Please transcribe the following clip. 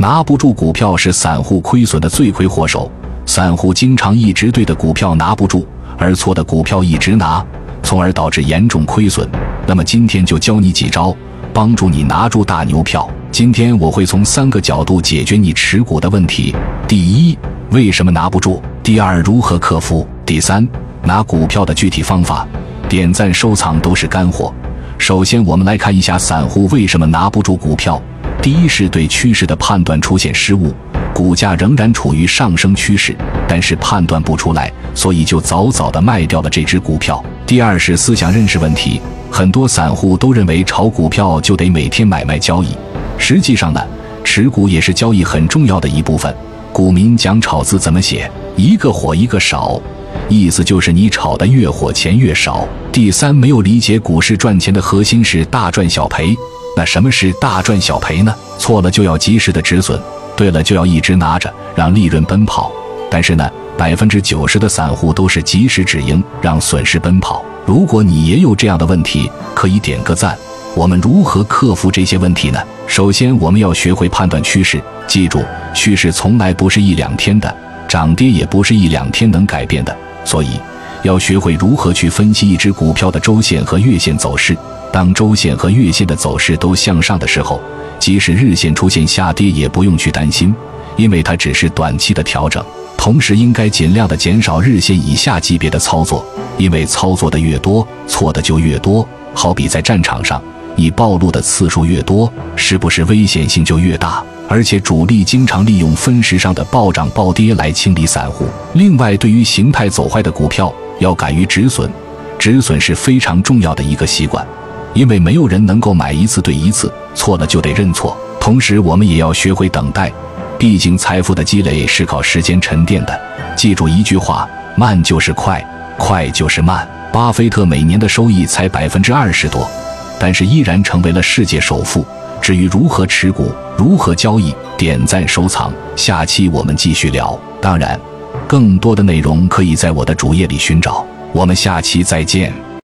拿不住股票是散户亏损的罪魁祸首，散户经常一直对的股票拿不住，而错的股票一直拿，从而导致严重亏损。那么今天就教你几招，帮助你拿住大牛票。今天我会从3个角度解决你持股的问题。第一，为什么拿不住？第二，如何克服？第三，拿股票的具体方法。点赞收藏都是干货。首先我们来看一下散户为什么拿不住股票。第一是对趋势的判断出现失误，股价仍然处于上升趋势，但是判断不出来，所以就早早的卖掉了这只股票。第二是思想认识问题，很多散户都认为炒股票就得每天买卖交易，实际上呢，持股也是交易很重要的一部分。股民讲炒字怎么写？一个火一个少，意思就是你炒的越火钱越少。第三，没有理解股市赚钱的核心是大赚小赔。那什么是大赚小赔呢？错了就要及时的止损，对了就要一直拿着，让利润奔跑。但是呢，90%的散户都是及时止盈，让损失奔跑。如果你也有这样的问题，可以点个赞。我们如何克服这些问题呢？首先我们要学会判断趋势，记住，趋势从来不是1、2天的，涨跌也不是1、2天能改变的，所以要学会如何去分析一只股票的周线和月线走势。当周线和月线的走势都向上的时候，即使日线出现下跌也不用去担心，因为它只是短期的调整。同时应该尽量的减少日线以下级别的操作，因为操作的越多，错的就越多。好比在战场上，你暴露的次数越多，是不是危险性就越大？而且主力经常利用分时上的暴涨暴跌来清理散户。另外，对于形态走坏的股票，要敢于止损，止损是非常重要的一个习惯。因为没有人能够买一次对一次，错了就得认错。同时我们也要学会等待，毕竟财富的积累是靠时间沉淀的。记住一句话，慢就是快，快就是慢。巴菲特每年的收益才20%多，但是依然成为了世界首富。至于如何持股，如何交易，点赞收藏，下期我们继续聊。当然更多的内容可以在我的主页里寻找。我们下期再见。